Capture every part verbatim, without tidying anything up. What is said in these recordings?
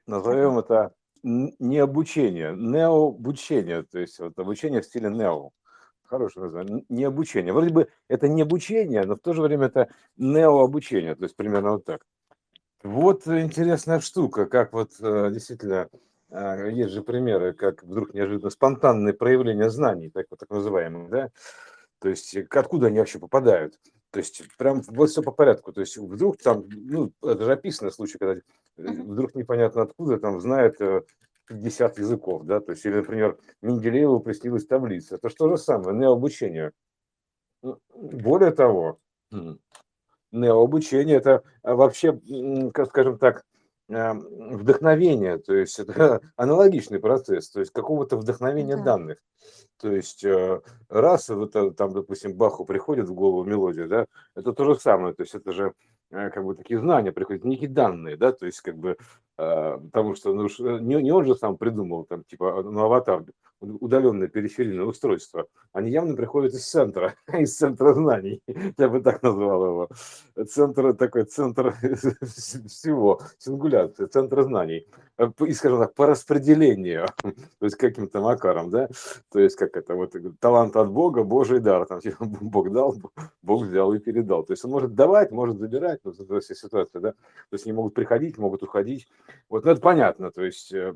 назовем это н- не обучение, необучение, то есть вот обучение в стиле нео. Хорошее название. Н- Не обучение. Вроде бы это не обучение, но в то же время это неообучение, то есть примерно вот так. Вот интересная штука, как вот э, действительно э, есть же примеры, как вдруг неожиданно спонтанные проявления знаний, так вот так называемых, да, то есть э, к- откуда они вообще попадают. То есть прям вот все по порядку. То есть вдруг там, ну, это же описанный случай, когда э, Мгм. вдруг непонятно откуда там знает э, пятьдесят языков, да, то есть, или, например, Менделееву приснилась таблица. Это что же самое, необучение. М, Более того, м, неообучение – это а, вообще, м, как скажем так, а, вдохновение, то есть это аналогичный процесс, то есть какого-то вдохновения Да. данных. То есть э, раз вот э, там, допустим, Баху приходит в голову мелодия, да, это то же самое, то есть это же э, как бы такие знания приходят, некие данные, да, то есть как бы, э, потому что ну, уж, э, не, не он же сам придумал, там, типа, а, ну, аватар, удаленное периферийное устройство, они явно приходят из центра, из центра знаний, я бы так назвал его, центр такой, центр всего, сингуляция, центр знаний, Э, и, скажем так, по распределению, то есть каким-то макаром, да, то есть как это, вот талант от Бога, Божий дар, там типа Бог дал, Бог взял и передал. То есть он может давать, может забирать, ну, это вся ситуация, да. То есть они могут приходить, могут уходить. Вот, ну, это понятно, то есть э,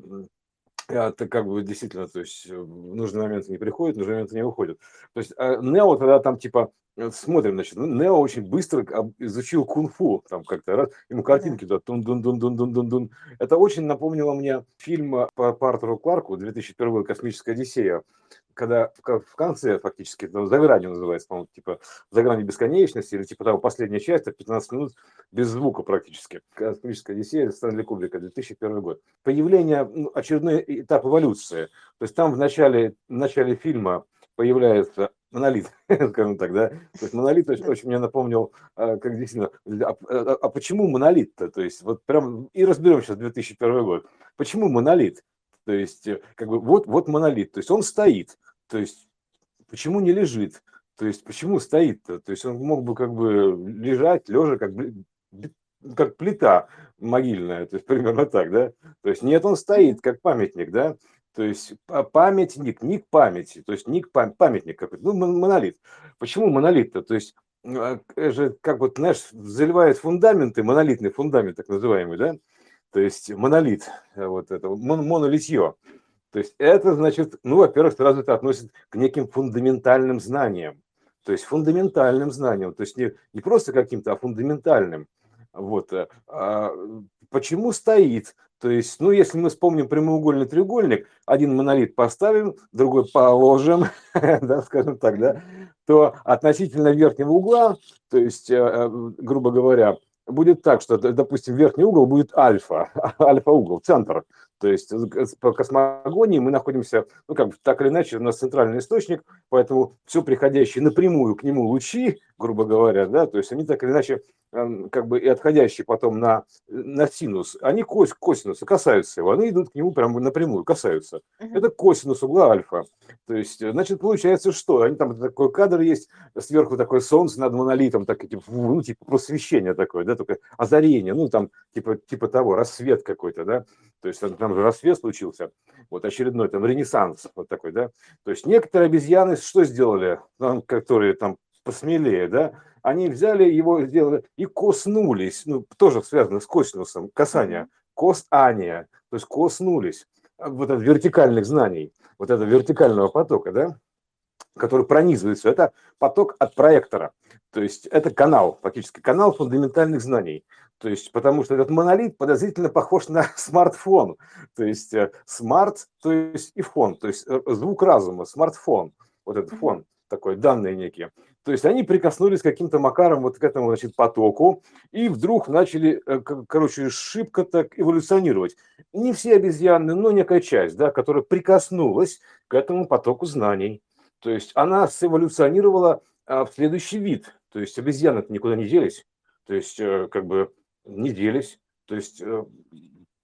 а, это как бы действительно, то есть э, в нужный момент они приходят, в нужный момент они уходят. То есть а, Нео тогда там типа э, смотрим, значит, ну, Нео очень быстро об- изучил кунг-фу, там как-то раз, ему Да. картинки туда тун дун дун дун дун дун дун. Это очень напомнило мне фильм э, по, по Артуру Кларку две тысячи первый год «Космическая Одиссея», когда в, ко- в конце фактически, это «За гранью» называется, по-моему, типа «За гранью бесконечности» или типа того, последняя часть, это пятнадцать минут без звука практически. «Космическая Одиссея» Стэнли Кубрика, две тысячи первый год. Появление, ну, очередной этап эволюции. То есть там в начале, в начале фильма появляется монолит, скажем так, да. То есть монолит очень, Да. очень мне напомнил, а, как действительно, а, а- а почему монолит-то? То есть вот прям и разберем сейчас две тысячи первый год. Почему монолит? То есть э, как бы вот, вот монолит, то есть он стоит, то есть почему не лежит? То есть почему стоит-то? То есть он мог бы как бы лежать, лежа, как, бли- бли- как плита могильная, то есть примерно так, да? То есть нет, он Мгм. стоит как памятник, да? То есть па- памятник, ник памяти, то есть ник пам- памятник какой-то, ну, мон- монолит. Почему монолит-то? То есть э, же, как вот, знаешь, заливает фундаменты, монолитный фундамент так называемый, да? То есть монолит, э, вот это, мон- монолитье. То есть это значит, ну, во-первых, сразу это относит к неким фундаментальным знаниям. То есть фундаментальным знаниям, то есть не, не просто каким-то, а фундаментальным. Вот. э, а почему стоит? То есть, ну, если мы вспомним прямоугольный треугольник, один монолит поставим, другой положим, да, скажем так, Мгм. да, то относительно верхнего угла, то есть, э, э, грубо говоря, будет так, что, допустим, верхний угол будет альфа, альфа-угол, центр. То есть по космогонии мы находимся, ну, как бы так или иначе, у нас центральный источник, поэтому все приходящие напрямую к нему лучи, грубо говоря, да, то есть они так или иначе, эм, как бы и отходящие потом на, на синус, они кос, косинуса касаются его, они идут к нему прямо напрямую, касаются. Мгм. Это косинус угла альфа. То есть, э, значит, получается, что они там такой кадр есть, сверху такое солнце над монолитом, так, типа, ну, типа просвещение такое, да, только озарение, ну, там, типа, типа того, рассвет какой-то, да, то есть там, там же рассвет случился, вот очередной там ренессанс вот такой, да. То есть некоторые обезьяны что сделали, там, которые там посмелее, да, они взяли его, сделали и коснулись, ну, тоже связано с косинусом, касание, Мгм. косания, то есть коснулись а, вот от вертикальных знаний, вот этого вертикального потока, да, который пронизывает все. Это поток от проектора. То есть это канал, фактически канал фундаментальных знаний. То есть, потому что этот монолит подозрительно похож на смартфон. То есть э, смарт, то есть и фон, то есть э, звук разума, смартфон, вот этот Мгм. фон такой, данные некие. То есть они прикоснулись каким-то макаром вот к этому, значит, потоку и вдруг начали, э, к- короче, шибко так эволюционировать. Не все обезьяны, но некая часть, да, которая прикоснулась к этому потоку знаний. То есть она сэволюционировала а, в следующий вид. То есть обезьяны никуда не делись. То есть э, как бы не делись. То есть э,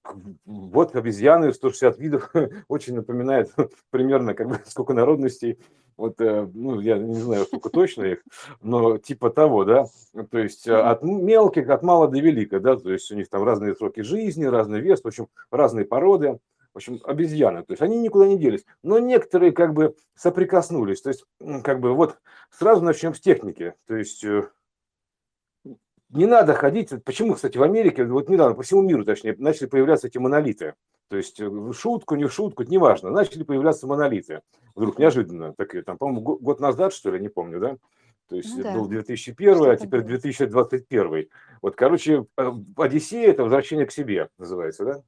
вот обезьяны, сто шестьдесят видов, очень напоминает примерно как бы сколько народностей. Вот, э, ну, я не знаю, сколько точно их, но типа того, да. То есть э, Мгм. от мелких, от мала до велика, да, то есть у них там разные сроки жизни, разный вес, в общем, разные породы. В общем, обезьяны. То есть они никуда не делись. Но некоторые как бы соприкоснулись. То есть, м, как бы вот сразу начнем с техники. То есть э, не надо ходить. Почему, кстати, в Америке, вот недавно, по всему миру, точнее, начали появляться эти монолиты. То есть э, в шутку, не в шутку, это неважно. Начали появляться монолиты. Вдруг Мгм. неожиданно. Такие, там, по-моему, го- год назад, что ли, не помню, да? То есть Ну это был да, две тысячи первый, а что-то теперь было. две тысячи двадцать первый. Вот, короче, э, Одиссея – это возвращение к себе, называется, да?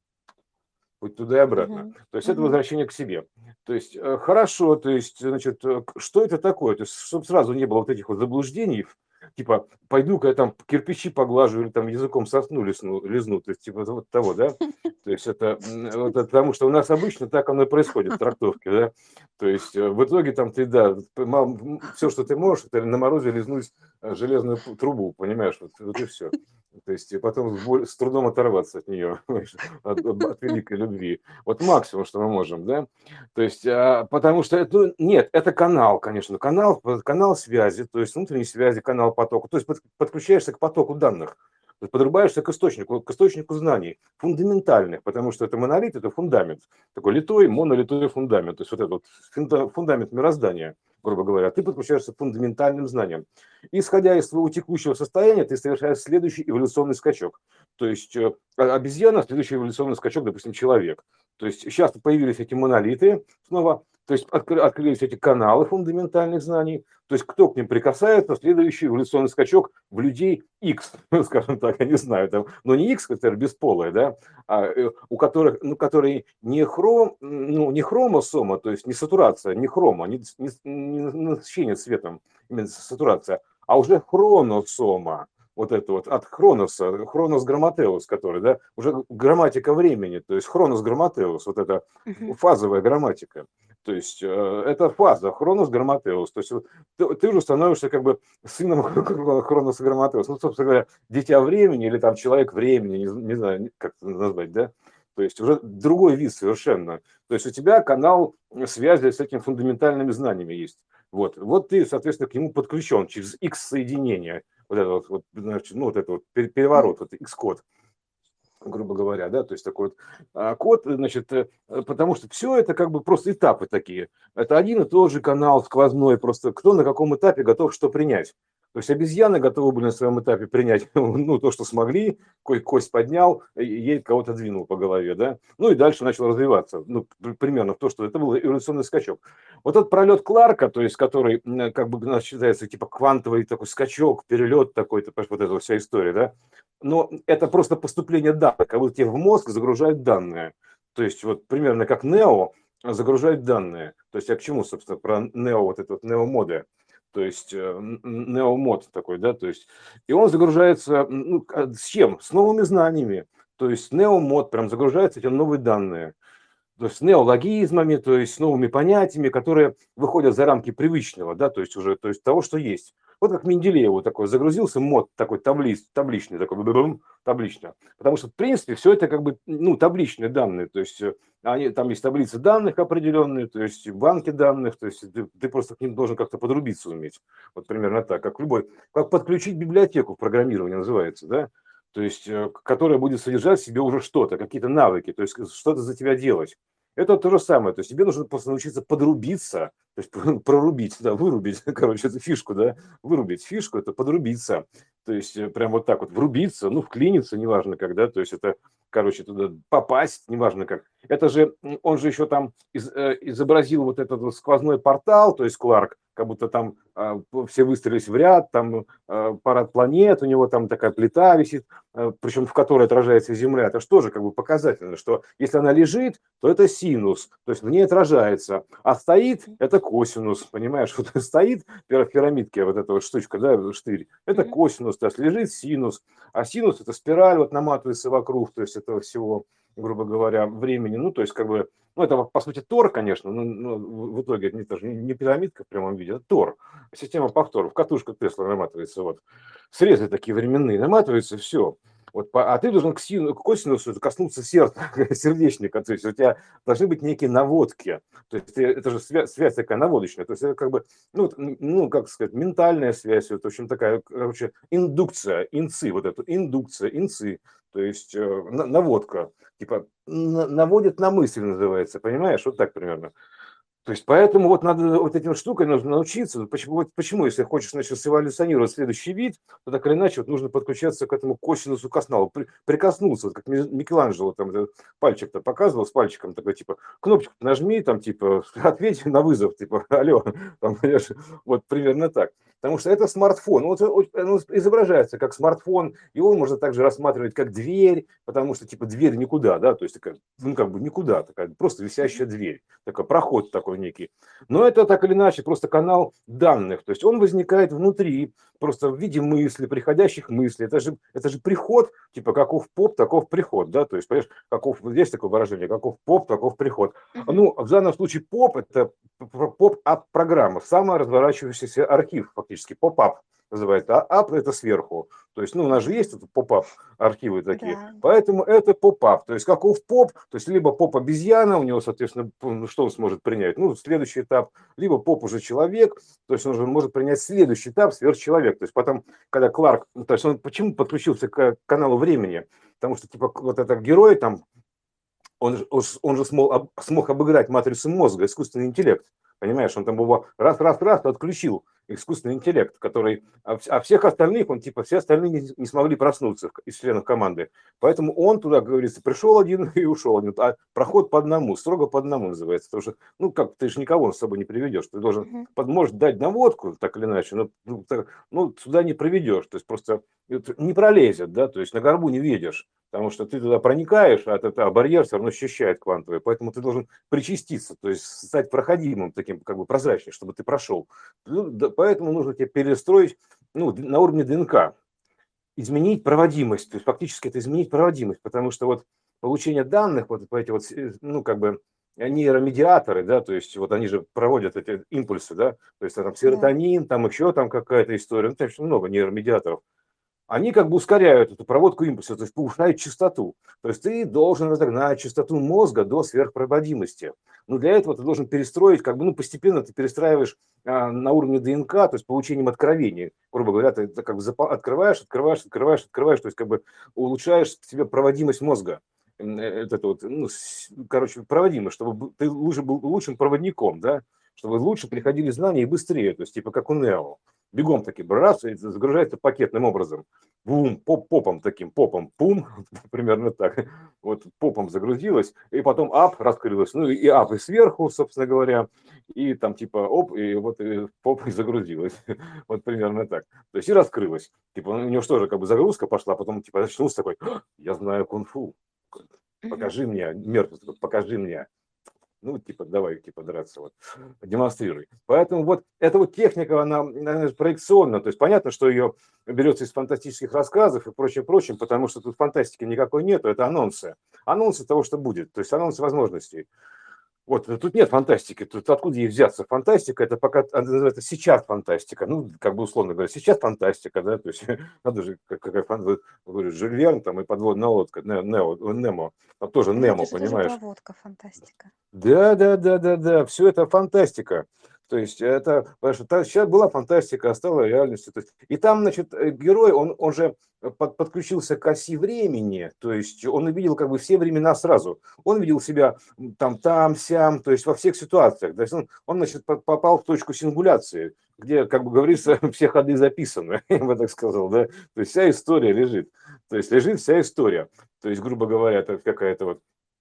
Путь туда и обратно. Мгм. То есть это Мгм. возвращение к себе. То есть э, хорошо, то есть, значит, э, к- что это такое? То есть, чтобы сразу не было вот этих вот заблуждений, типа, пойду-ка я там кирпичи поглажу или там языком сосну лизну, лизну, то есть, типа, вот того, да? То есть это, м, вот это потому что у нас обычно так оно и происходит в трактовке, да? То есть э, в итоге там ты, да, все, что ты можешь, это на морозе лизнуть э, железную п- трубу, понимаешь, вот, вот и все. То есть и потом с, боль- с трудом оторваться от нее, от, от великой любви. Вот максимум, что мы можем, да? То есть, а, потому что, это, ну, нет, это канал, конечно, канал, канал связи, то есть внутренней связи, канал потока. То есть под- подключаешься к потоку данных, то есть подрубаешься к источнику, к источнику знаний, фундаментальных, потому что это монолит, это фундамент, такой литой, монолитой фундамент, то есть вот этот вот фунда- фундамент мироздания, грубо говоря, ты подключаешься к фундаментальным знаниям. Исходя из своего текущего состояния, ты совершаешь следующий эволюционный скачок. То есть э, а- обезьяна, следующий эволюционный скачок, допустим, человек. То есть сейчас появились эти монолиты снова, то есть откры- открылись эти каналы фундаментальных знаний. То есть кто к ним прикасается, следующий эволюционный скачок в людей X, скажем так, я не знаю, там, но не X, который бесполые, да, а э, у которых, ну, которые не хром, ну, не хромосома, то есть не сатурация, не хрома, не, не, не насыщение цветом, именно сатурация, а уже хроносома, вот это вот от хроноса, хронос грамматеус, который, да, уже грамматика времени, то есть хронос грамматеус, вот это Мгм. фазовая грамматика. То есть э, это фаза, хронос грамматеус. То есть вот ты, ты уже становишься как бы сыном хроноса грамматеус. Ну, собственно говоря, дитя времени или там человек времени, не, не знаю, как это назвать, да? То есть уже другой вид совершенно. То есть у тебя канал связи с этими фундаментальными знаниями есть. Вот, вот ты, соответственно, к нему подключен через X-соединение, вот это вот, вот, значит, ну, вот это вот Мгм. переворот, вот X-код, грубо говоря, да, то есть такой вот а, код, значит, э, потому что все это как бы просто этапы такие. Это один и тот же канал сквозной, просто кто на каком этапе готов что принять. То есть обезьяны готовы были на своем этапе принять, ну, то, что смогли, ко- кость поднял, и ей кого-то двинул по голове, да, ну и дальше начал развиваться, ну, при- примерно то, что это был эволюционный скачок. Вот этот пролет Кларка, то есть который, м, как бы, у нас считается, типа, квантовый такой скачок, перелет такой, то вот эта вот вся история, да, но это просто поступление данных, как будто тебе в мозг загружают данные. То есть вот примерно как Нео загружают данные. То есть я к чему, собственно, про Нео, вот этот вот Нео-моды. То есть Нео-мод такой, да, то есть и он загружается, ну, а с чем? С новыми знаниями. То есть Нео-мод прям загружаются эти новые данные, то есть с неологизмами, то есть с новыми понятиями, которые выходят за рамки привычного, да, то есть уже, то есть того, что есть. Вот как Менделееву такой загрузился мод такой таблиц, табличный, такой бум, таблично. Потому что, в принципе, все это как бы, ну, табличные данные, то есть э, они, там есть таблицы данных определенные, то есть банки данных, то есть ты, ты просто к ним должен как-то подрубиться уметь. Вот примерно так, как любой, как подключить библиотеку в программировании называется, да, то есть, э, которая будет содержать в себе уже что-то, какие-то навыки, то есть что-то за тебя делать. Это то же самое. То есть тебе нужно просто научиться подрубиться, то есть прорубить, да, вырубить, короче, эту фишку, да, вырубить фишку, это подрубиться. То есть э, прям вот так вот врубиться, ну, вклиниться, неважно когда, то есть это, короче, туда попасть, неважно как. Это же, м, он же еще там из- э, изобразил вот этот вот сквозной портал, то есть Кларк, как будто там а, все выстроились в ряд, там а, парад планет, у него там такая плита висит, а, причем в которой отражается Земля. Это же тоже как бы показательно, что если она лежит, то это синус, то есть в ней отражается, а стоит это косинус, понимаешь, вот стоит в пирамидке вот эта вот штучка, да, штырь, это Мгм. косинус, то есть лежит синус, а синус это спираль вот наматывается вокруг, то есть этого всего, грубо говоря, времени, ну, то есть как бы, ну, это по сути Тор, конечно, но, но в итоге это не, тоже не пирамидка в прямом виде, это Тор, система повторов, катушка Тесла наматывается, вот, срезы такие временные наматываются, все, Вот, по- а ты должен к, сину- к косинусу коснуться сердца, сердечника, то есть у тебя должны быть некие наводки, то есть ты- это же связь, связь такая наводочная, то есть это как бы, ну, вот, м, ну, как сказать, ментальная связь, вот, в общем, такая, короче, индукция, инцы, вот это, индукция, инцы, то есть э, на- наводка, типа, на- наводит на мысль называется, понимаешь, вот так примерно. То есть поэтому вот надо вот этим штукам нужно научиться. Вот Почему, вот почему, если хочешь, значит, эволюционировать следующий вид, то так или иначе вот нужно подключаться к этому косинусу косналу, при- прикоснуться, вот как Ми- Микеланджело там э, пальчик-то показывал с пальчиком, такой типа, кнопочку нажми, там типа, ответь на вызов, типа, алло, там, понимаешь, вот примерно так. Потому что это смартфон, вот, вот оно изображается как смартфон, его можно также рассматривать как дверь, потому что типа дверь никуда, да, то есть такая, ну как бы никуда, такая просто висящая дверь, такой проход такой некий. Но это так или иначе просто канал данных, то есть он возникает внутри, просто в виде мысли, приходящих мыслей. Это же, это же приход, типа каков поп, таков приход, да, то есть, понимаешь, каков, вот есть такое выражение, каков поп, таков приход. Мгм. Ну, в данном случае поп – это поп-ап-программа, самый разворачивающийся архив фактически, поп-ап называется, а ап – это сверху. То есть, ну, у нас же есть тут поп-ап архивы такие, Да. поэтому это поп-ап. То есть, каков поп, то есть, либо поп-обезьяна, у него, соответственно, ну, что он сможет принять? Ну, следующий этап, либо поп уже человек, то есть, он уже может принять следующий этап, сверхчеловек. То есть, потом, когда Кларк, ну, то есть, он почему подключился к каналу времени? Потому что, типа, вот этот герой там, он, же- он же он же смог, об- смог обыграть матрицу мозга, искусственный интеллект. Понимаешь, он там его раз-раз-раз отключил искусственный интеллект, который, а, вс- а всех остальных, он типа, все остальные не, не смогли проснуться в- из членов команды. Поэтому он туда, как говорится, пришел один и ушел один. А проход по одному, строго по одному называется. Потому что, ну как, ты же никого с собой не приведешь. Ты должен, Мгм. под, может дать наводку, так или иначе, но ну, так- ну, сюда не проведешь. То есть просто это не пролезет, да, то есть на горбу не ведешь. Потому что ты туда проникаешь, а, это, а барьер все равно ощущает квантовый. Поэтому ты должен причаститься, то есть стать проходимым, таким как бы прозрачным, чтобы ты прошел. Ну, да, поэтому нужно тебе перестроить ну, д- на уровне ДНК, изменить проводимость. То есть фактически это изменить проводимость, потому что вот получение данных, вот по эти вот, э, ну, как бы нейромедиаторы, да, то есть вот они же проводят эти импульсы, да, то есть там Да. серотонин, там еще там какая-то история, ну, там очень много нейромедиаторов, они как бы ускоряют эту проводку импульса, то есть повышают частоту. То есть ты должен разогнать частоту мозга до сверхпроводимости. Но для этого ты должен перестроить, как бы, ну, постепенно ты перестраиваешь а, на уровне ДНК, то есть получением откровений. Грубо говоря, ты, ты как бы запа- открываешь, открываешь, открываешь, открываешь, то есть как бы улучшаешь себе проводимость мозга. М, э, Это вот, ну, с- короче, проводимость, чтобы б- ты лучше был лучшим проводником, да, чтобы лучше Мгм. приходили знания и быстрее, то есть типа как у Нео. Бегом таки, раз, и загружается пакетным образом бум, поп, попом таким, попом, пум, примерно так, вот попом загрузилась, и потом ап раскрылась, ну и ап и сверху, собственно говоря, и там типа оп, и вот и поп и загрузилась, вот примерно так, то есть и раскрылась, типа у него что же, как бы загрузка пошла, потом типа очнулся такой, «А, я знаю кунг-фу, Мгм. покажи мне, мертвый, такой, покажи мне, ну, типа, давай, типа, драться, вот, демонстрируй. Поэтому вот эта вот техника, она, она проекционна, то есть понятно, что ее берется из фантастических рассказов и прочее, прочее, потому что тут фантастики никакой нету, это анонсы. Анонсы того, что будет, то есть анонсы возможностей. Вот, э, тут нет фантастики, тут откуда ей взяться? Фантастика, это пока, она называется сейчас фантастика, ну, как бы условно говоря, сейчас фантастика, да, то есть надо же, как, какая фан- говорю, Жюль Верн там и подводная лодка, Не- Нео, Немо, там тоже Ну, это Немо, же тоже понимаешь? проводка, фантастика. Да, да, да, да, да, все это фантастика. То есть это, потому что сейчас была фантастика, а стала реальностью. То есть, и там, значит, э, герой, он, он же под- подключился к оси времени, то есть он увидел как бы все времена сразу. Он видел себя м, там, там, сям, то есть во всех ситуациях. То есть он, он значит, по- попал в точку сингуляции, где, как бы говорится, Мгм. все ходы записаны, я бы так сказал, да. То есть вся история лежит. То есть лежит вся история. То есть, грубо говоря, это какая-то вот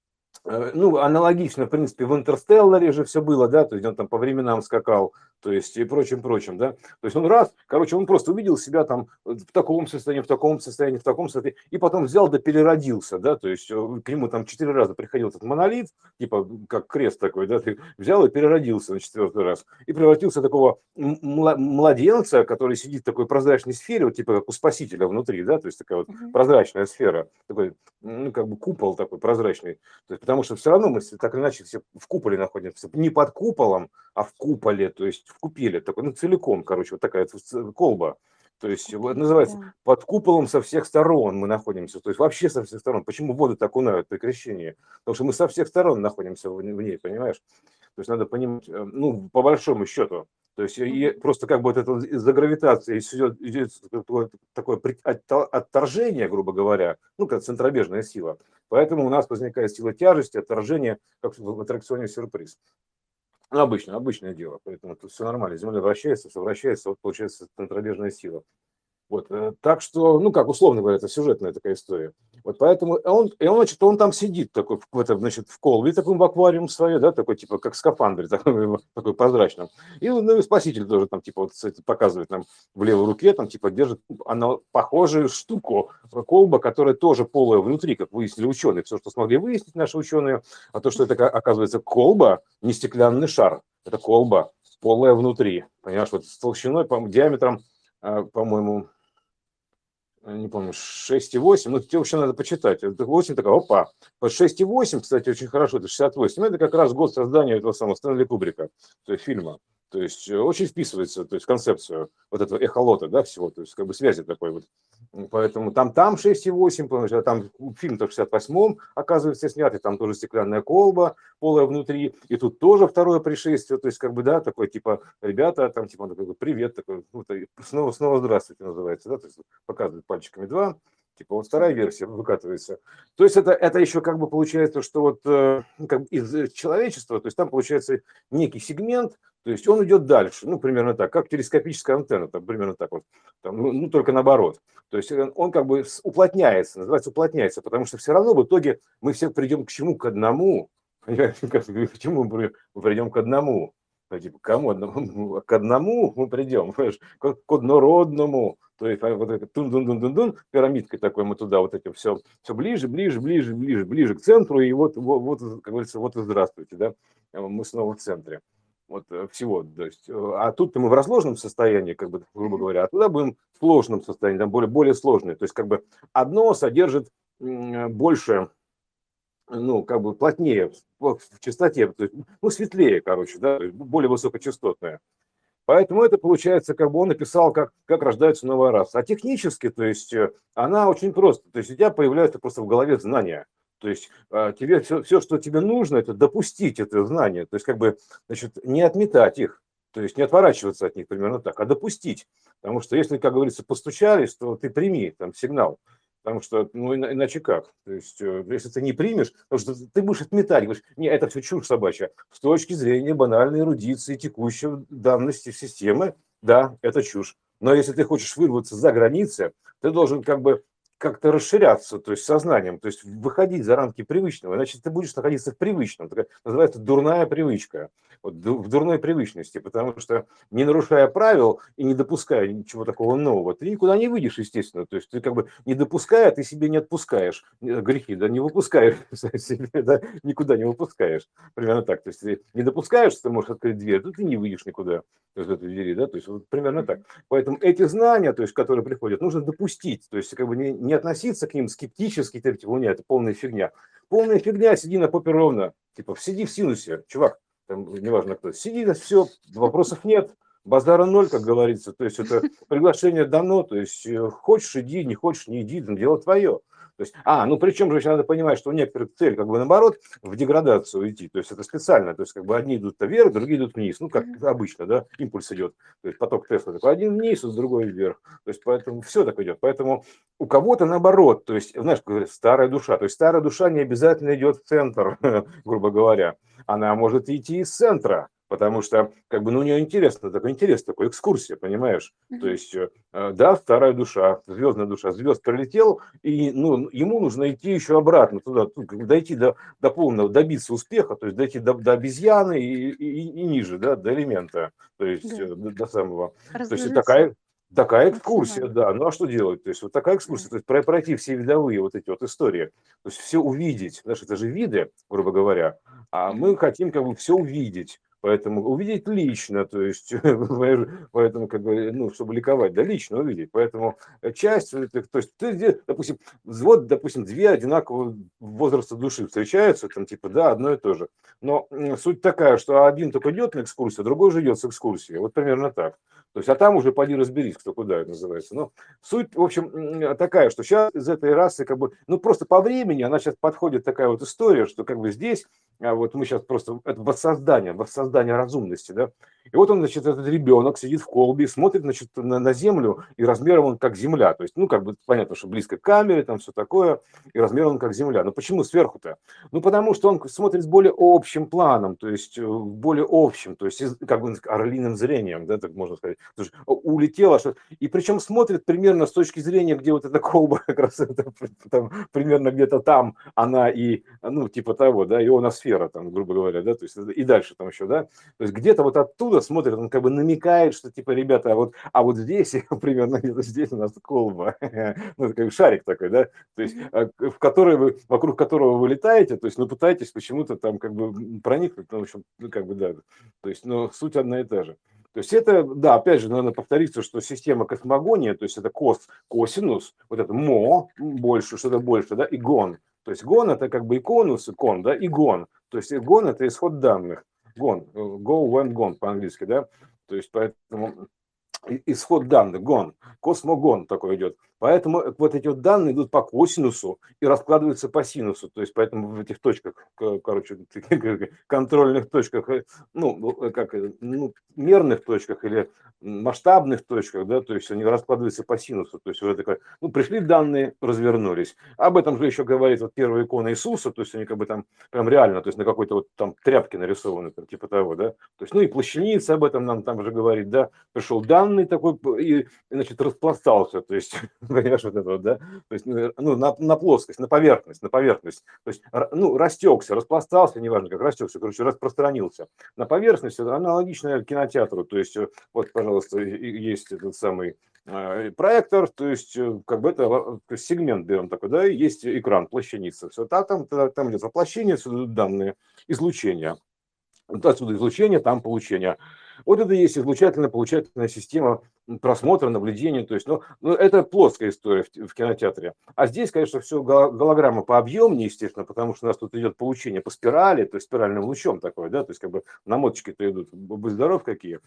Э, ну, аналогично, в принципе, в «Интерстелларе» же все было, да, то есть он там по временам скакал, то есть и прочим, прочим, да. То есть он раз, короче, он просто увидел себя там в таком состоянии, в таком состоянии, в таком состоянии, и потом взял да переродился, да, то есть э, к нему там четыре раза приходил этот монолит, типа как крест такой, да, ты взял и переродился на четвертый раз, и превратился в такого м- мла- младенца, который сидит в такой прозрачной сфере, вот типа как у Спасителя внутри, да, то есть такая вот Мгм. прозрачная сфера, такой, ну, как бы купол такой прозрачный, то есть, потому что все равно мы так или иначе все в куполе находимся. Не под куполом, а в куполе, то есть в купеле. Такой, ну, целиком, короче, вот такая ц- колба. То есть вот называется Да. под куполом со всех сторон мы находимся, то есть вообще со всех сторон. Почему воду так окунают при крещении? Потому что мы со всех сторон находимся в, в ней, понимаешь? То есть надо понимать, э, ну, по большому счету. То есть и Мгм. просто как бы вот это вот из-за гравитации идет, идет такое, такое при- отто- отторжение, грубо говоря, ну, как центробежная сила. Поэтому у нас возникает сила тяжести, отторжения, как в аттракционе сюрприз. Ну, обычно, обычное дело, поэтому тут все нормально. Земля вращается, все вращается, вот получается центробежная сила. Вот, э, так что, ну, как условно говоря, это сюжетная такая история. Вот поэтому и он, и он, значит, он там сидит такой, в, этом, значит, в колбе, таком в аквариум своей, да, такой, типа, как в скафандре, такой, такой прозрачном. И, ну, и спаситель тоже там, типа, вот кстати, показывает нам в левой руке, там, типа, держит, она похожую штуку, э, колба, которая тоже полая внутри, как выяснили ученые. Все, что смогли выяснить наши ученые, а то, что это, ка- оказывается, колба, не стеклянный шар, это колба, полая внутри, понимаешь, вот с толщиной, по диаметром, а, по-моему, э, не помню, шесть и восемь, ну, тебе вообще надо почитать. Это восемь такая, опа. Вот шесть и восемь, кстати, очень хорошо, это шестьдесят восемь, это как раз год создания этого самого Стэнли Кубрика, то есть фильма. То есть э, очень вписывается, то есть в концепцию вот этого эхолота, да, всего, то есть как бы связи такой вот. М, Поэтому там, там шесть и восемь, помнишь, а там фильм-то в шестьдесят восьмом, оказывается, снятый, там тоже стеклянная колба, полая внутри, и тут тоже второе пришествие, то есть как бы, да, такой типа, ребята, там типа, такой, привет, такой, ну, снова, снова здравствуйте называется, да, то есть показывает пальчиками два, типа вот вторая Мгм. версия выкатывается. То есть это, это еще как бы получается, что вот э, ну, как бы из э, человечества, то есть там получается некий сегмент, то есть он идет дальше, ну, примерно так, как телескопическая антенна, там, примерно так вот, там, ну, ну, только наоборот. То есть он, он как бы с- уплотняется, называется уплотняется, потому что все равно в итоге мы все придем к чему? К одному. Понимаете, как- к чему мы при- мы придем к одному? Ну, типа, к кому одному? К одному мы придем, понимаешь? К, к однородному. То есть а, вот это тун-дун-дун-дун-дун, пирамидкой такой мы туда вот этим все, все ближе, ближе, ближе, ближе, ближе к центру, и вот, вот, вот, как говорится, вот и здравствуйте, да, мы снова в центре. Вот э, всего, то есть, э, а тут мы в разложенном состоянии, как бы, грубо Мгм. говоря, а туда будем в сложном состоянии, там более, более сложное. То есть, как бы, одно содержит м, больше, ну, как бы плотнее в в частоте, то есть, ну, светлее, короче, да, то есть более высокочастотное. Поэтому это получается, как бы он написал, как, как рождается новая раса. А технически, то есть, э, она очень просто. То есть, у тебя появляется просто в голове знания. То есть, э, тебе все, все, что тебе нужно, это допустить это знание. То есть, как бы, значит, не отметать их. То есть, не отворачиваться от них, примерно так, а допустить. Потому что, если, как говорится, постучались, то ты прими там сигнал. Потому что, ну, ина- иначе как? То есть, э, если ты не примешь, потому что ты будешь отметать, говоришь, не, это все чушь собачья. С точки зрения банальной эрудиции текущей данности системы, да, это чушь. Но если ты хочешь вырваться за границы, ты должен как бы как-то расширяться, то есть сознанием, то есть выходить за рамки привычного, иначе ты будешь находиться в привычном. Такая называется дурная привычка. Вот в дурной привычности, потому что не нарушая правил и не допуская ничего такого нового, ты никуда не выйдешь, естественно. То есть ты как бы не допуская, ты себе не отпускаешь э, грехи, да, не выпускаешь себе, да, никуда не выпускаешь. Примерно так. То есть ты не допускаешь, что ты можешь открыть дверь, то ты не выйдешь никуда из этой двери, да, то есть вот примерно так. Мгм. Поэтому эти знания, то есть, которые приходят, нужно допустить, то есть как бы не, не относиться к ним скептически, типа, у меня это полная фигня. Полная фигня, сиди на попе ровно, типа, сиди в синусе, чувак, там, неважно кто, сиди, все, вопросов нет, базара ноль, как говорится, то есть это приглашение дано, то есть э, хочешь иди, не хочешь не иди, там, дело твое. То есть, а, ну причем же еще надо понимать, что у некоторых цель как бы наоборот в деградацию уйти, то есть это специально, то есть как бы одни идут вверх, другие идут вниз, ну как Мгм. обычно, да, импульс идет, то есть поток Тесла такой, один вниз, а другой вверх, то есть поэтому все так идет, поэтому у кого-то наоборот, то есть, знаешь, как говорят, старая душа, то есть старая душа не обязательно идет в центр, грубо говоря, она может идти из центра, потому что, как бы, ну, у нее интересно, такой интерес, такой экскурсия, понимаешь? То Мгм. есть, э, да, старая душа, звездная душа, звезд прилетел, и, ну, ему нужно идти еще обратно туда, тут, как бы дойти до, до полного, добиться успеха, то есть дойти до, до обезьяны и, и, и ниже, да, до элемента, то есть Да. э, до, до самого. То есть и Разложиться такая, такая экскурсия, максимально. да. Ну а что делать? То есть вот такая экскурсия, Да. то есть про- пройти все видовые вот эти вот истории, то есть все увидеть, знаешь, это же виды, грубо говоря, а Мгм. мы хотим как бы все увидеть. Поэтому увидеть лично, то есть, поэтому, как бы, ну, чтобы ликовать, да, лично увидеть. Поэтому часть, то есть, ты, допустим, вот, допустим, две одинакового возраста души встречаются, там, типа, да, одно и то же. Но суть такая, что один только идет на экскурсию, а другой же идет с экскурсии. Вот примерно так. То есть, а там уже поди разберись, кто куда, это называется. Но суть, в общем, такая, что сейчас из этой расы, как бы, ну, просто по времени она сейчас подходит такая вот история, что как бы здесь, а вот мы сейчас просто, это воссоздание, воссоздание разумности, да. И вот он, значит, этот ребенок сидит в колбе, смотрит, значит, на, на землю, и размером он как земля. То есть, ну, как бы понятно, что близко к камере, там все такое, и размером он как земля. Но почему сверху-то? Ну, потому что он смотрит с более общим планом, то есть э, более общим, то есть из- как бы орлиным зрением, да, так можно сказать. Потому что улетело, что... И причем смотрит примерно с точки зрения, где вот эта колба как раз это, там, примерно где-то там она и, ну, типа того, да, ионосфера, там, грубо говоря, да, то есть и дальше там еще, да. То есть где-то вот оттуда смотрит, он как бы намекает, что типа, ребята, а вот, а вот здесь, примерно где-то здесь у нас колба, ну, это как бы шарик такой, да, то есть э, в который вы, вокруг которого вы летаете, то есть, ну, пытаетесь почему-то там как бы проникнуть, ну, в общем, ну, как бы, да, то есть, но суть одна и та же. То есть это, да, опять же, надо повториться, что система космогония, то есть это кос, косинус, вот это мо, больше, что-то больше, да, и гон. То есть гон это как бы и конус, и кон, да, и гон. То есть гон это исход данных. Гон, go, when, gone по-английски, да. То есть поэтому исход данных, гон, космогон такой идет. Поэтому вот эти вот данные идут по косинусу и раскладываются по синусу. То есть поэтому в этих точках, короче, контрольных точках, ну, как, ну, мерных точках или масштабных точках, да, то есть они раскладываются по синусу. То есть уже такая, ну, пришли данные, развернулись. Об этом же еще говорит вот первая икона Иисуса, то есть они как бы там прям реально, то есть на какой-то вот там тряпке нарисованы, там, типа того, да. То есть, ну и плащаница об этом нам там же говорит, да, пришел данный такой и, значит, распластался, то есть, понимаешь, вот это вот, да, то есть, ну, на, на плоскость, на поверхность, на поверхность, то есть, ну, растекся, распластался, неважно, как растекся, короче, распространился. На поверхность это аналогично кинотеатру, то есть, вот, пожалуйста, есть этот самый проектор, то есть, как бы это сегмент берем такой, да, есть экран, плащаница, все, там, там, там идет воплощение, отсюда данные, излучения. Отсюда излучение, там получение. Вот это и есть излучательно-получательная система просмотра, наблюдения. То есть, ну, ну, это плоская история в, в кинотеатре. А здесь, конечно, все голограмма по объемнее, естественно, потому что у нас тут идет получение по спирали, то есть спиральным лучом такое, да, то есть как бы намоточки-то идут, будь здоров какие.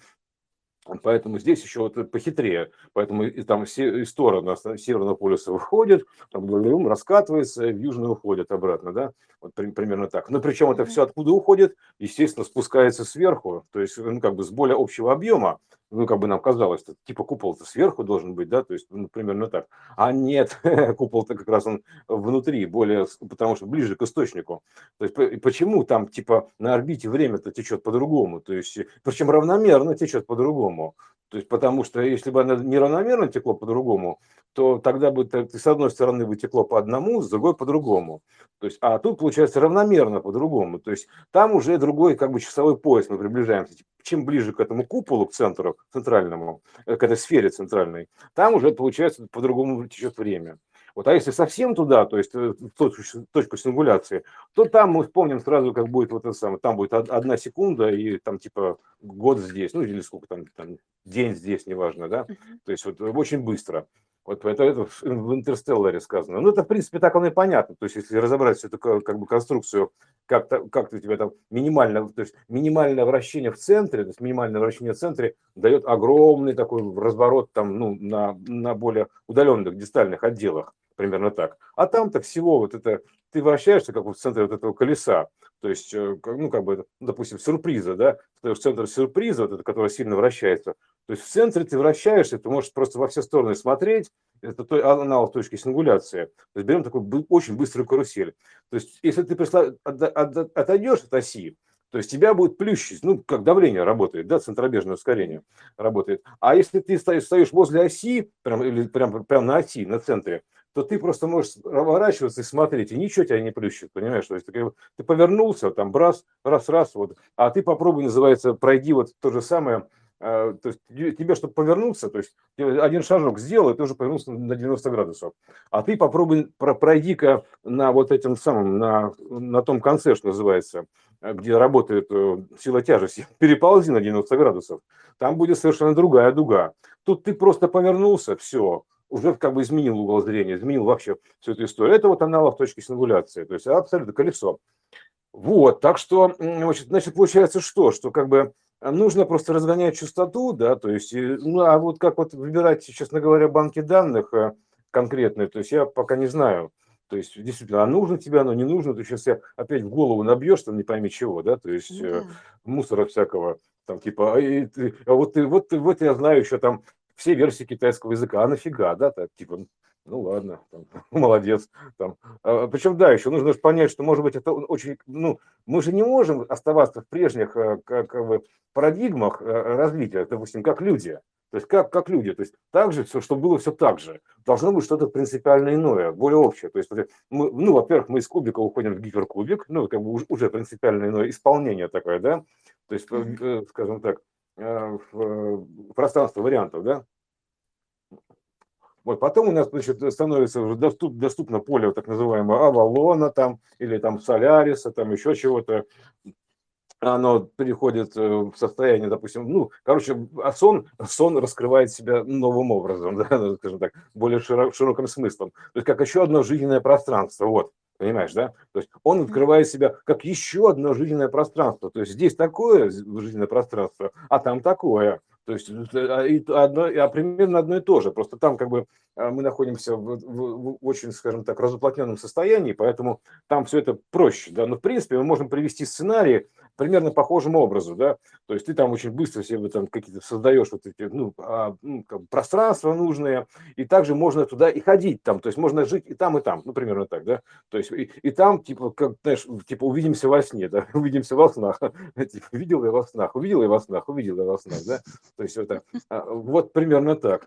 Поэтому здесь еще вот похитрее. Поэтому и там все из стороны Северного полюса выходит, там раскатывается, в Южный уходит обратно, да, вот при, примерно так. Но причем это все откуда уходит? Естественно, спускается сверху, то есть, ну, как бы с более общего объема, ну, как бы нам казалось, типа купол-то сверху должен быть, да, то есть, ну, примерно так. А нет, купол-то как раз он внутри, более, потому что ближе к источнику. То есть, почему там, типа, на орбите время-то течет по-другому, то есть, причем равномерно течет по-другому. То есть, потому что если бы оно неравномерно текло по-другому, то тогда бы ты, с одной стороны бы текло по одному, с другой по-другому. То есть, а тут получается равномерно по-другому. То есть там уже другой как бы часовой пояс, мы приближаемся. Чем ближе к этому куполу, к центру, центральному, к этой сфере центральной, там уже получается по-другому течет время. Вот, а если совсем туда, то есть в точку, точку сингуляции, то там мы вспомним сразу, как будет вот это самое, там будет одна секунда и там типа год здесь, ну или сколько там, там день здесь, неважно, да, то есть вот очень быстро. Вот это, это в «Интерстелларе» сказано. Ну, это, в принципе, так оно и понятно. То есть, если разобрать всю эту как бы конструкцию, как, как у тебя там минимальное, то есть минимальное вращение в центре, то есть минимальное вращение в центре дает огромный такой разворот там, ну, на, на более удаленных дистальных отделах, примерно так. А там-то всего вот это, ты вращаешься как в центре вот этого колеса, то есть, ну, как бы, допустим, сюрприза, да, в центр сюрприза, вот это, который сильно вращается, то есть в центре ты вращаешься, ты можешь просто во все стороны смотреть, это аналог точки сингуляции. То есть берем такую очень быструю карусель. То есть если ты пришла, отойдешь от оси, то есть тебя будет плющить, ну, как давление работает, да, центробежное ускорение работает. А если ты стоишь, стоишь возле оси, прям, или прям, прям на оси, на центре, то ты просто можешь разворачиваться и смотреть, и ничего тебя не плющит, понимаешь? То есть ты, ты повернулся, там, раз, раз, раз, вот, а ты попробуй, называется, пройди вот то же самое, а, то есть тебе, тебе, чтобы повернуться, то есть ты один шажок сделал, и ты уже повернулся на девяносто градусов. А ты попробуй, про, пройди-ка на вот этим самом, на, на том конце, что называется, э, где работает э, сила тяжести, переползи на девяносто градусов. Там будет совершенно другая дуга. Тут ты просто повернулся, все, уже как бы изменил угол зрения, изменил вообще всю эту историю. Это вот аналог точки сингуляции, то есть абсолютно колесо. Вот, так что, м, значит, значит, получается что? Что как бы а, нужно просто разгонять частоту, да, то есть, э, ну, а вот как вот выбирать, честно говоря, банки данных э, конкретные, то есть я пока не знаю. То есть, действительно, а нужно тебе оно, не нужно, ты сейчас себе опять в голову набьешь, там не пойми чего, да, то есть Ну э, да. мусора всякого, там типа, а, и ты- а вот ты, вот ты, вот я знаю еще там все версии китайского языка, а нафига, да, так, типа, ну ладно, там, молодец, там, а, причем, да, еще нужно же понять, что, может быть, это очень, ну, мы же не можем оставаться в прежних э, как, как бы, парадигмах э, развития, допустим, как люди. То есть как, как люди. То есть так же все, чтобы было все так же. Должно быть что-то принципиально иное, более общее. То есть, вот мы, ну, во-первых, мы из кубика уходим в гиперкубик, ну, как бы уж- уже принципиально иное исполнение такое, да, то есть, э, Мгм. э, скажем так, э, в, э, пространство вариантов, да. Вот, потом у нас, значит, становится уже доступ, доступно поле так называемого Авалона там, или там Соляриса, там еще чего-то. Оно переходит э, в состояние, допустим, ну, короче, а сон, сон раскрывает себя новым образом, да, ну, скажем так, более широ- широким смыслом. То есть как еще одно жизненное пространство, вот, понимаешь, да? То есть он Мгм. открывает себя как еще одно жизненное пространство. То есть здесь такое жизненное пространство, а там такое. То есть э, а, и то одно, а примерно одно и то же. Просто там как бы а, мы находимся в, в- в очень, скажем так, разуплотненном состоянии, поэтому там все это проще. Да? Но в принципе мы можем привести сценарии, примерно похожему образу, да, то есть ты там очень быстро себе там какие-то создаешь вот эти, ну, а, ну, как бы пространства нужные, и также можно туда и ходить там, то есть можно жить и там, и там, ну, примерно так, да, то есть и, и там, типа, как, знаешь, типа увидимся во сне, да, увидимся во снах, типа, видел я во снах, увидел я во снах, увидел я во снах, да, то есть это, а, вот примерно так.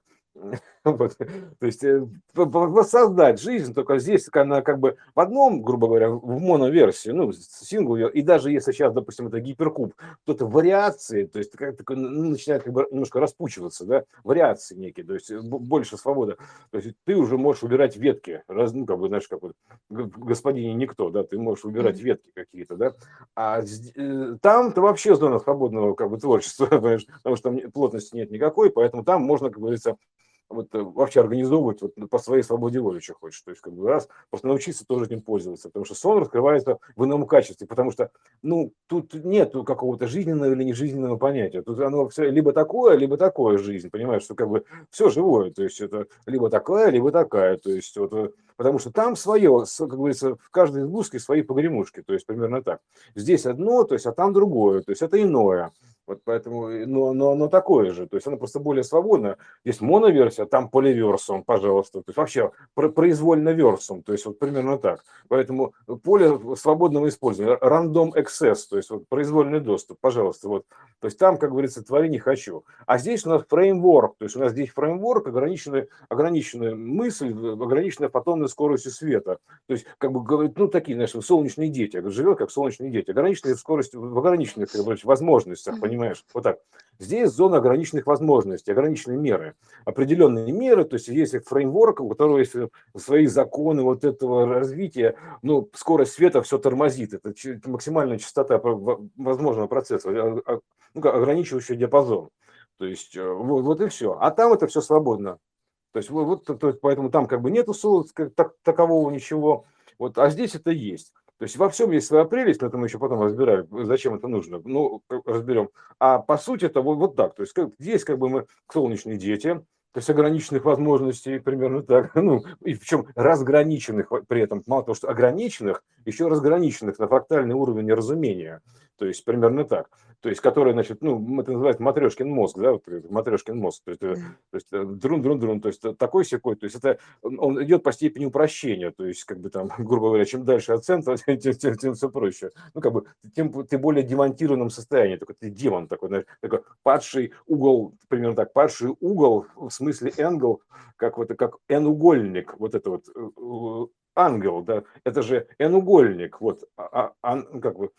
Вот. То есть э, п- п- воссоздать жизнь, только здесь она как бы в одном, грубо говоря, в моноверсии, ну, сингл, и даже если сейчас, допустим, это гиперкуб, то это вариации, то есть как такое, ну, начинает как бы немножко распучиваться, да, вариации некие, то есть э, б- больше свобода. То есть ты уже можешь выбирать ветки, раз, ну, как бы, знаешь, как вот г- господине никто, да, ты можешь выбирать Мгм. ветки какие-то, да, а сд- э, там-то вообще зона свободного как бы творчества, понимаешь, потому что там не- плотности нет никакой, поэтому там можно, как говорится, вот э, вообще организовывать вот по своей свободе воли, что хочешь. То есть, как бы раз, просто научиться тоже этим пользоваться, потому что сон раскрывается в ином качестве, потому что, ну, тут нет какого-то жизненного или нежизненного понятия. Тут оно все либо такое, либо такое жизнь, понимаешь, что как бы все живое, то есть это либо такая, либо такая, то есть вот, э, потому что там свое, с- как говорится, в каждой избушке свои погремушки, то есть примерно так. Здесь одно, то есть, а там другое, то есть это иное. Вот поэтому, э, но, но оно такое же, то есть оно просто более свободно. Есть моноверсия, там поливерсум, пожалуйста. То есть вообще про- произвольно версум, то есть вот примерно так. Поэтому поле свободного использования, рандом access, то есть вот произвольный доступ, пожалуйста. Вот. То есть там, как говорится, твори не хочу. А здесь у нас фреймворк, то есть у нас здесь фреймворк, ограниченный, ограниченная мысль, ограниченная фотонной скоростью света. То есть, как бы, говорит, ну, такие, знаешь, солнечные дети, живет как солнечные дети, ограниченные в скорости, в ограниченных, как бы, возможностях, Мгм. понимаешь, вот так. Здесь зона ограниченных возможностей, ограниченные меры, определенные меры, то есть есть фреймворк, у которого есть свои законы вот этого развития, ну, скорость света все тормозит, это ч- максимальная частота по- во- возможного процесса, а- а- ну, как ограничивающий диапазон. То есть э, вот, вот и все. А там это все свободно. То есть вот, вот, то- то есть поэтому там как бы нету соло- как так- такового ничего, вот, а здесь это есть. То есть во всем есть своя прелесть, но это мы еще потом разбираем, зачем это нужно. Ну, как разберем. А по сути это вот, вот так. То есть как, здесь как бы мы солнечные дети, то есть ограниченных возможностей, примерно так. Ну, и причем разграниченных во- при этом, мало того, что ограниченных, еще разграниченных на фрактальный уровень разумения. То есть примерно так. То есть, который, значит, ну, это называется матрешкин мозг, да, вот, э, матрешкин мозг. То есть, э, Да. то есть э, друн-друн-друн, то есть э, такой секой, то есть это он он идет по степени упрощения, то есть как бы там, грубо говоря, чем дальше от центра, тем, тем, тем, тем все проще. Ну как бы тем ты более демонтированном состоянии, только ты демон такой, знаешь, такой падший угол, примерно так, падший угол в смысле ангел, как вот как n-угольник, вот это вот э, э, ангел, да, это же n-угольник, вот, а, а, ан- как бы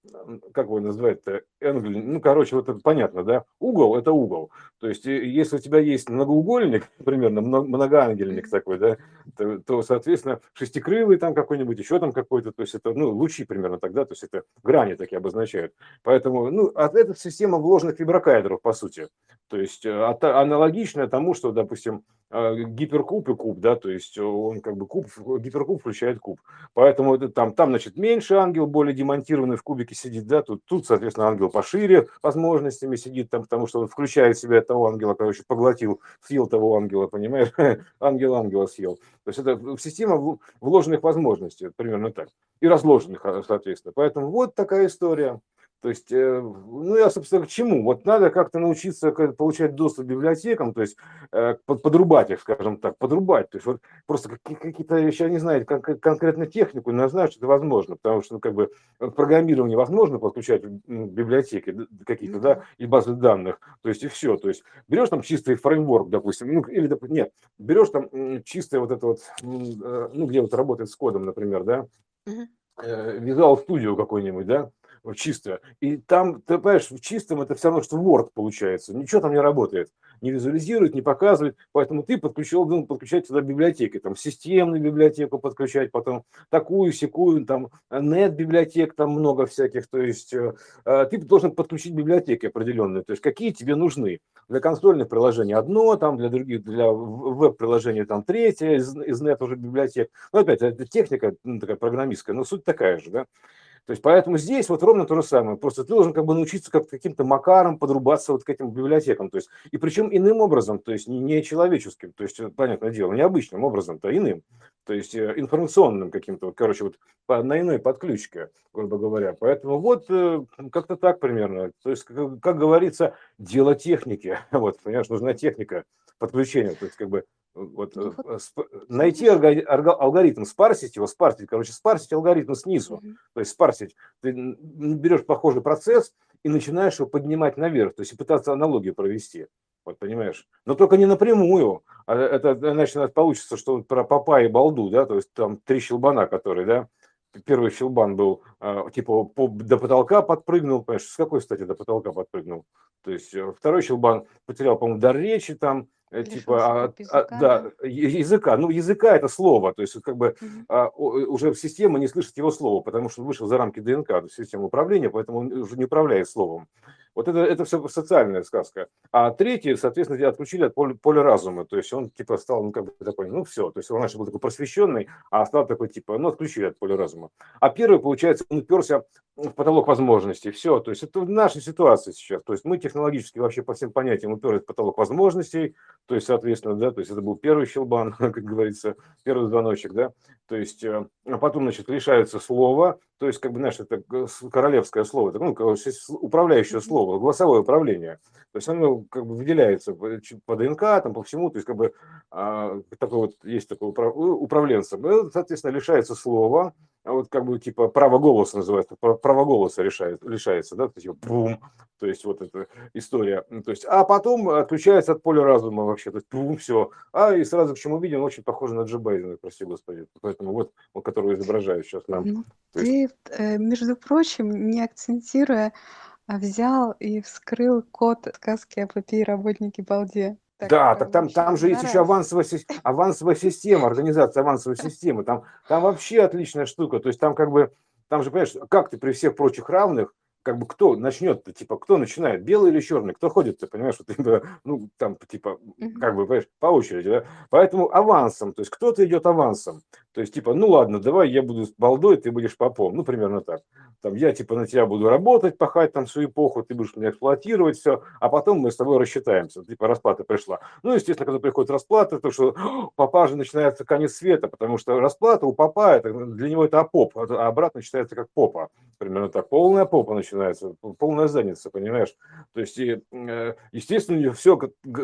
как его называют-то, Энгель, ну, короче, вот это понятно, да, угол – это угол. То есть, и если у тебя есть многоугольник, примерно мно- многоангельник Мгм. такой, да, то, то, соответственно, шестикрылый там какой-нибудь, еще там какой-то, то есть это, ну, лучи примерно тогда, то есть это грани такие обозначают. Поэтому, ну, а это система вложенных виброкайдеров, по сути. То есть э, ата- аналогичная тому, что, допустим, э, гиперкуб и куб, да, то есть он как бы куб, гиперкуб включает куб. Поэтому это там, там, значит, меньше ангел, более демонтированный в кубике сидит, да, тут, тут, соответственно, ангел пошире возможностями сидит, там, потому что он включает в себя того ангела, короче, поглотил, съел того ангела, понимаешь, ангел ангела съел. То есть это система в- вложенных возможностей, вот примерно так, и разложенных, а, соответственно. Поэтому вот такая история. То есть, э, ну, я, собственно, к чему? Вот надо как-то научиться к- получать доступ к библиотекам, то есть э, под- подрубать их, скажем так, подрубать. То есть вот просто какие- какие-то вещи, я не знаю, кон- кон- конкретно технику, но я знаю, что это возможно, потому что, ну, как бы в программировании возможно подключать м, библиотеки д- какие-то, Ну да, да. и базы данных, то есть и все. То есть берешь там чистый фреймворк, допустим, ну, или, доп- нет, берешь там м, чистое вот это вот, м, э, ну, где вот работает с кодом, например, да, Мгм. э, Visual Studio какой-нибудь, да, вот чисто. И там, ты понимаешь, в чистом это все равно, что Word получается. Ничего там не работает. Не визуализирует, не показывает. Поэтому ты подключил, ну, подключать сюда библиотеки. Там системную библиотеку подключать, потом такую, секую, там нет библиотек, там много всяких. То есть э, э, ты должен подключить библиотеки определенные. То есть какие тебе нужны. Для консольных приложений одно, там для других, для в- веб-приложений там третье, из, из нет уже библиотек. Но опять, это техника, ну, такая программистская, но суть такая же, да. То есть поэтому здесь вот ровно то же самое. Просто ты должен как бы научиться как каким-то макаром подрубаться вот к этим библиотекам. То есть, и причем иным образом, то есть не, не человеческим, то есть, э, понятное дело, необычным образом, то иным. То есть э, информационным каким-то, вот, короче, вот по, на иной подключке, грубо говоря. Поэтому вот э, как-то так примерно. То есть, как, как говорится, дело техники. Вот, понимаешь, нужна техника подключения. То есть, как бы вот, Ну э, вот, сп- найти знаешь, алго- алго- алгоритм, спарсить его, спарсить, короче, спарсить алгоритм снизу, мгм. то есть спарсить. Ты берешь похожий процесс и начинаешь его поднимать наверх, то есть и пытаться аналогию провести. Вот понимаешь? Но только не напрямую. А это, значит, у нас получится, что вот про Папа и Балду, да, то есть там три щелбана, которые, да, первый щелбан был, а, типа, по- до потолка подпрыгнул, понимаешь, с какой стати до потолка подпрыгнул? То есть э, второй щелбан потерял, по-моему, дар речи там, э, Лишился типа, а, губ а, языка, да, да? я- языка. Ну, языка это слово, то есть вот как бы Мгм. а, о- уже система не слышит его слова, потому что он вышел за рамки ДНК, то есть системы управления, поэтому он уже не управляет словом. Вот это, это все социальная сказка. А третий, соответственно, тебя отключили от поля, поля разума. То есть он типа стал, ну, как бы такой, ну, все. То есть он раньше был такой просвещенный, а стал такой, типа, ну, отключили от поля разума. А первый, получается, он уперся в потолок возможностей. Все. То есть это наша ситуация сейчас. То есть мы технологически вообще по всем понятиям уперлись в потолок возможностей. То есть, соответственно, да, то есть это был первый щелбан, как говорится, первый звоночек, да. То есть, э, а потом, значит, лишаются слова, то есть, как бы, знаешь, это королевское слово, это, ну, короче, управляющее Мгм. слово, голосовое управление. То есть оно как бы выделяется по, по ДНК, там, по всему, то есть, как бы, а, такой вот, есть такой управ- управленца. Ну, соответственно, лишается слова, а вот как бы, типа, право голоса называется, пра- право голоса решает, лишается, да, то есть, бум, то есть, вот эта история. Ну, то есть, а потом отключается от поля разума вообще, то есть, бум, все. А и сразу к чему видим, очень похоже на Джо Байдена, прости господи. Поэтому вот, вот которого изображаю сейчас нам. Ну, То есть, ты, э, между прочим, не акцентируя, а взял и вскрыл код сказки о попе и работнике балде. Так да, так прям там, там вообще же есть за еще раз. авансовая, сис- авансовая система, организация авансовой системы. Там, там вообще отличная штука. То есть там как бы, там же, понимаешь, как ты при всех прочих равных, как бы кто начнет-то, типа, кто начинает, белый или черный, кто ходит-то, понимаешь, вот, типа, ну, там, типа, Мгм. как бы, понимаешь, по очереди, да? Поэтому авансом, то есть кто-то идет авансом. То есть, типа, ну ладно, давай я буду с балдой, ты будешь попом, ну, примерно так. Там, я, типа, на тебя буду работать, пахать там всю эпоху, ты будешь меня эксплуатировать, все, а потом мы с тобой рассчитаемся, типа, расплата пришла. Ну, естественно, когда приходит расплата, то что «О, папа же начинается конец света, потому что расплата у папа, это, для него это апоп, а обратно читается как попа. Примерно так. Полная попа начинается, полная задница, понимаешь? То есть, и, э, естественно, все,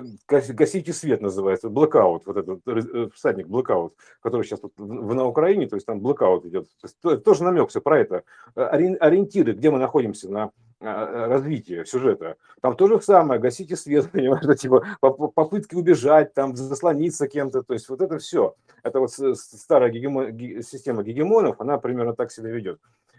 гасите свет называется, blackout, вот этот э, всадник blackout, который сейчас вот в, на Украине, то есть там blackout идет. То есть, то- тоже намек все про это. Э, ори- Ориентиры, где мы находимся на э, развитие сюжета. Там то же самое, гасите свет, понимаешь, да, типа поп- попытки убежать, там, заслониться кем-то, то есть вот это все. Это вот с- с- старая гегемо- ге- система гегемонов, она примерно так себя ведет.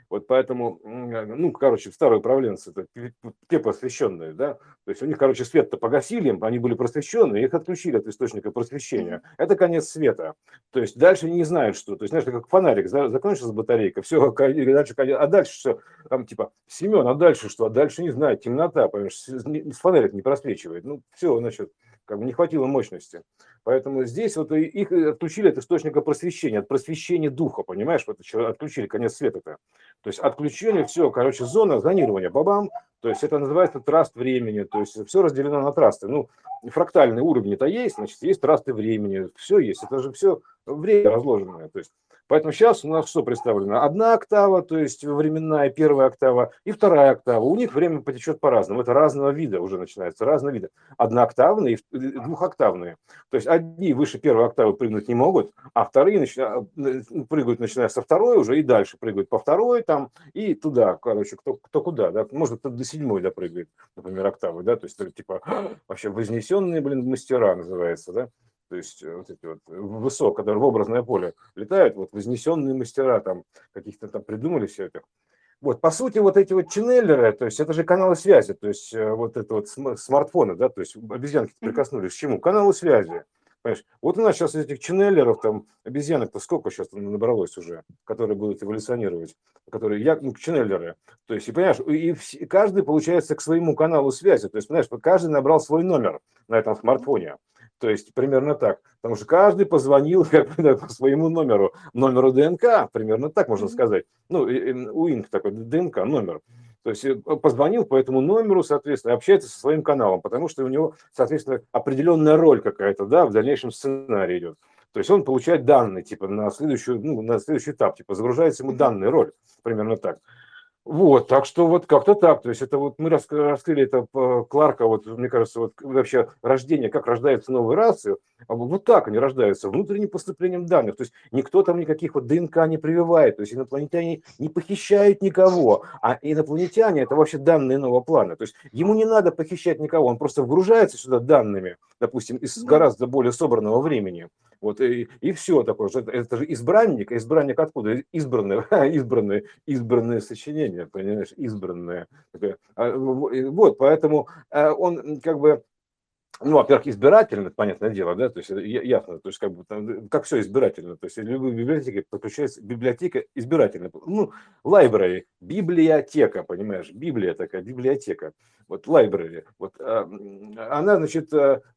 Вот поэтому, ну, короче, старые управленцы, это те просвещенные, да, то есть у них, короче, свет-то погасили, они были просвещенные, их отключили от источника просвещения. Это конец света. То есть дальше не знают, что. То есть, знаешь, как фонарик, закончилась батарейка, все, дальше, а дальше все, там, типа, Семен, а дальше что? А дальше не знаю, темнота, понимаешь, с фонарик не просвечивает. Ну, все, значит, как бы не хватило мощности. Поэтому здесь вот их отключили от источника просвещения, от просвещения духа, понимаешь, вот отключили конец света-то. То есть отключили, все, короче, зона зонирования, бабам, то есть это называется траст времени, то есть все разделено на трасты. Ну, фрактальные уровни-то есть, значит, есть трасты времени, все есть, это же все время разложенное. То есть, поэтому сейчас у нас что представлено? Одна октава, то есть временная первая октава, и вторая октава. У них время потечет по-разному, это разного вида уже начинается, разного вида. Однооктавные и двухоктавные. То есть одни выше первой октавы прыгнуть не могут, а вторые начинают, прыгают, начиная со второй уже, и дальше прыгают по второй там, и туда, короче, кто, кто куда, да, может, кто до седьмой допрыгает, например, октавы, да, то есть типа вообще вознесенные, блин, мастера называется, да, то есть вот эти вот высоко, которые в образное поле летают, вот вознесенные мастера там каких-то там придумали все это. Вот, по сути, вот эти вот ченнелеры, то есть это же каналы связи, то есть вот это вот смартфоны, да, то есть обезьянки прикоснулись к чему? Каналу связи. Понимаешь? Вот у нас сейчас этих ченнелеров, там, обезьянок-то сколько сейчас набралось уже, которые будут эволюционировать, которые, я, ну, ченнелеры. То есть, и понимаешь, и, и каждый, получается, к своему каналу связи. То есть, понимаешь, каждый набрал свой номер на этом смартфоне. То есть, примерно так. Потому что каждый позвонил как бы, да, по своему номеру, номеру ДНК, примерно так можно сказать. Ну, у Инк такой ДНК, номер. То есть позвонил по этому номеру, соответственно, общается со своим каналом, потому что у него, соответственно, определенная роль какая-то, да, в дальнейшем сценарии идет. То есть он получает данные, типа, на следующую, ну, на следующий этап, типа, загружается ему данные, роль, примерно так. Вот, так что вот как-то так, то есть это вот мы раскрыли это Кларка, вот мне кажется, вот вообще рождение, как рождаются новые расы, вот так они рождаются, внутренним поступлением данных, то есть никто там никаких вот ДНК не прививает, то есть инопланетяне не похищают никого, а инопланетяне это вообще данные нового плана, то есть ему не надо похищать никого, он просто вгружается сюда данными, допустим, из гораздо более собранного времени. Вот и, и все такое. Это, это же избранник. Избранник откуда? Избранные, избранные, избранные сочинения, понимаешь, избранные. Вот, поэтому он как бы, ну, во-первых, избирательно, понятное дело, да, то есть ясно, то есть как бы там, как все избирательно, то есть любые библиотеки подключается библиотека избирательно, ну, library, библиотека, понимаешь, Библия такая, библиотека, вот library, вот она, значит,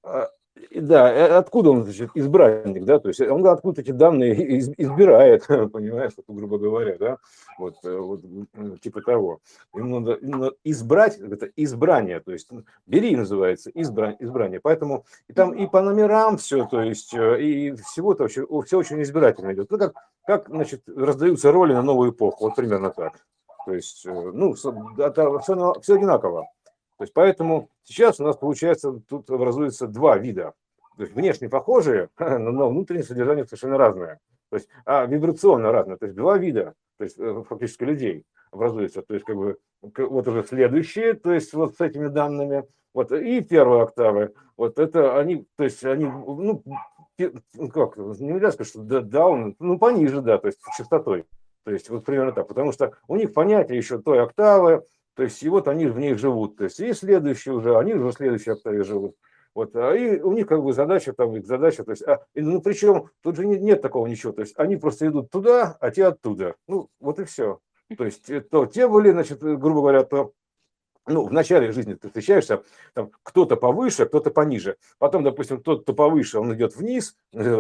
да, откуда он, значит, избранник, да, то есть он откуда эти данные избирает, понимаешь, вот, грубо говоря, да, вот, вот типа того. Ему надо, ему надо избрать, это избрание, то есть бери называется, избрание, избрание. Поэтому и там и по номерам все, то есть и всего-то вообще, все очень избирательно идет. Ну, как, как, значит, раздаются роли на новую эпоху, вот примерно так. То есть, ну, это все, все одинаково. То есть поэтому сейчас у нас получается, тут образуется два вида. То есть внешне похожие, но внутреннее содержание совершенно разное. То есть а вибрационно разное. То есть два вида, то есть фактически людей образуется. То есть как бы вот уже следующие, то есть вот с этими данными, вот и первые октавы. Вот это они, то есть они, ну, как, нельзя сказать, что даун, ну пониже, да, то есть частотой. То есть вот примерно так. Потому что у них понятие еще той октавы, то есть и вот они в них живут. То есть и следующие уже, они уже в следующей октаве живут. Вот, а и у них как бы задача, там их задача, то есть, а, ну причем тут же нет, нет такого ничего, то есть они просто идут туда, а те оттуда. Ну, вот и все. То есть то те были, значит, грубо говоря, то ну, в начале жизни ты встречаешься, там кто-то повыше, кто-то пониже. Потом, допустим, тот, кто повыше, он идет вниз,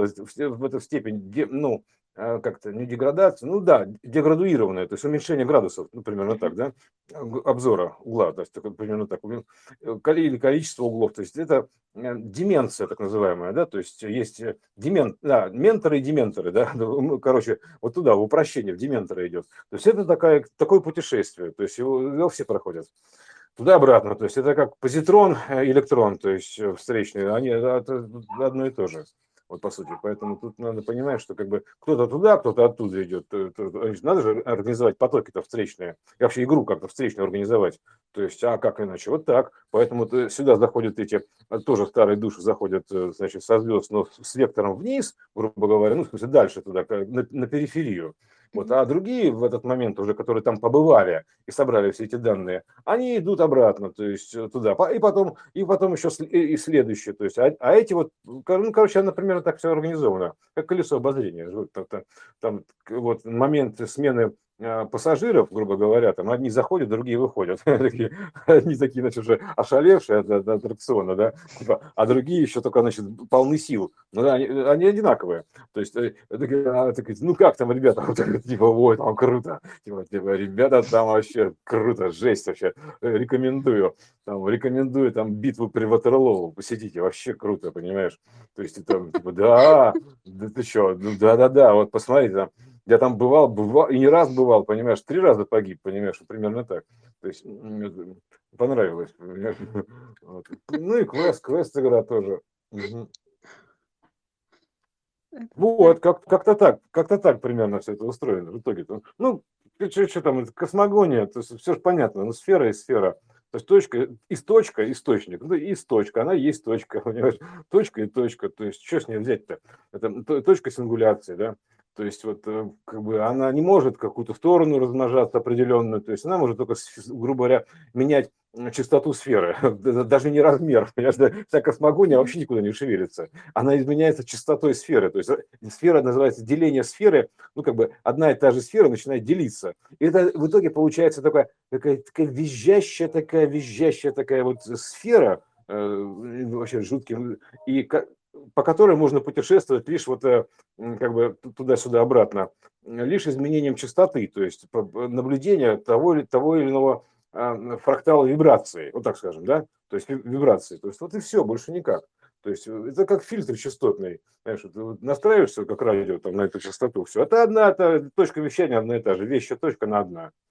в эту степень, ну, как-то не деградация, ну да, деградуированное, то есть уменьшение градусов, ну, примерно так, да, обзора угла, то есть примерно так, или количество углов, то есть это деменция так называемая, да, то есть есть демен, да, менторы и дементоры, да, короче, вот туда, в упрощение, в дементоры идет. То есть это такая, такое путешествие, то есть его, его все проходят. Туда-обратно, то есть это как позитрон, электрон, то есть встречные, они это одно и то же, вот по сути. Поэтому тут надо понимать, что как бы кто-то туда, кто-то оттуда идет. Надо же организовать потоки-то встречные, и вообще игру как-то встречную организовать. То есть, а как иначе? Вот так. Поэтому сюда заходят эти, тоже старые души заходят, значит, со звезд, но с вектором вниз, грубо говоря, ну, в смысле, дальше туда, на, на периферию. Вот, Мгм. а другие в этот момент уже, которые там побывали и собрали все эти данные, они идут обратно, то есть э, туда, По- и потом, и потом еще сл- и и следующее, то есть, а, а эти вот, ну, кор- ну, короче, она примерно так все организовано, как колесо обозрения. Вот там, там- там, к- вот момент смены а, пассажиров, грубо говоря, там одни заходят, другие выходят. Такие- Одни такие, значит, уже ошалевшие от, от аттракциона, да, типа, а другие еще только, значит, полны сил. Ну, да, они, они одинаковые. То есть, э, такие, а, такие, ну как там, ребята, вот так, типа, ой, там круто. Типа, типа, ребята, там вообще круто, жесть вообще. Э, Рекомендую. Там, рекомендую там битву при Ватерлоу. Посетите, вообще круто, понимаешь? То есть, это, типа, да, да ты что, ну да-да-да, вот посмотрите, там, я там бывал, бывал, и не раз бывал, понимаешь, три раза погиб, понимаешь, вот примерно так. То есть, м, это понравилось, понимаешь? Вот. Ну и квест, квест игра тоже. Мгм. Это так. Вот, как, как-то так, как-то так примерно все это устроено в итоге-то. Ну, что там, это космогония, то есть все же понятно, ну, сфера и сфера. То есть точка, из точка, источник, ну, из точка, она есть точка, понимаешь, точка и точка, то есть что с ней взять-то? Это то- точка сингуляции, да, то есть вот э, как бы она не может в какую-то сторону размножаться определенную, то есть она может только, с- грубо говоря, менять м, частоту сферы, даже не размер, понимаешь, да, вся космогония Мгм. вообще никуда не шевелится, она изменяется частотой сферы. То есть э, сфера называется деление сферы, ну, как бы одна и та же сфера начинает делиться. И это в итоге получается такая, такая, такая визжащая, такая визжащая такая вот сфера, э, вообще жутким, и ка- по которой можно путешествовать лишь вот э, м, как бы туда-сюда обратно, лишь изменением частоты, то есть по- по- наблюдение того или, того или иного а, фрактала вибрации, вот так скажем, да, то есть ви- вибрации, то есть вот и все, больше никак. То есть э, это как фильтр частотный, знаешь, вот ты вот настраиваешься как радио там на эту частоту, все, это одна, это точка вещания одна и та же, вещая точка, она одна.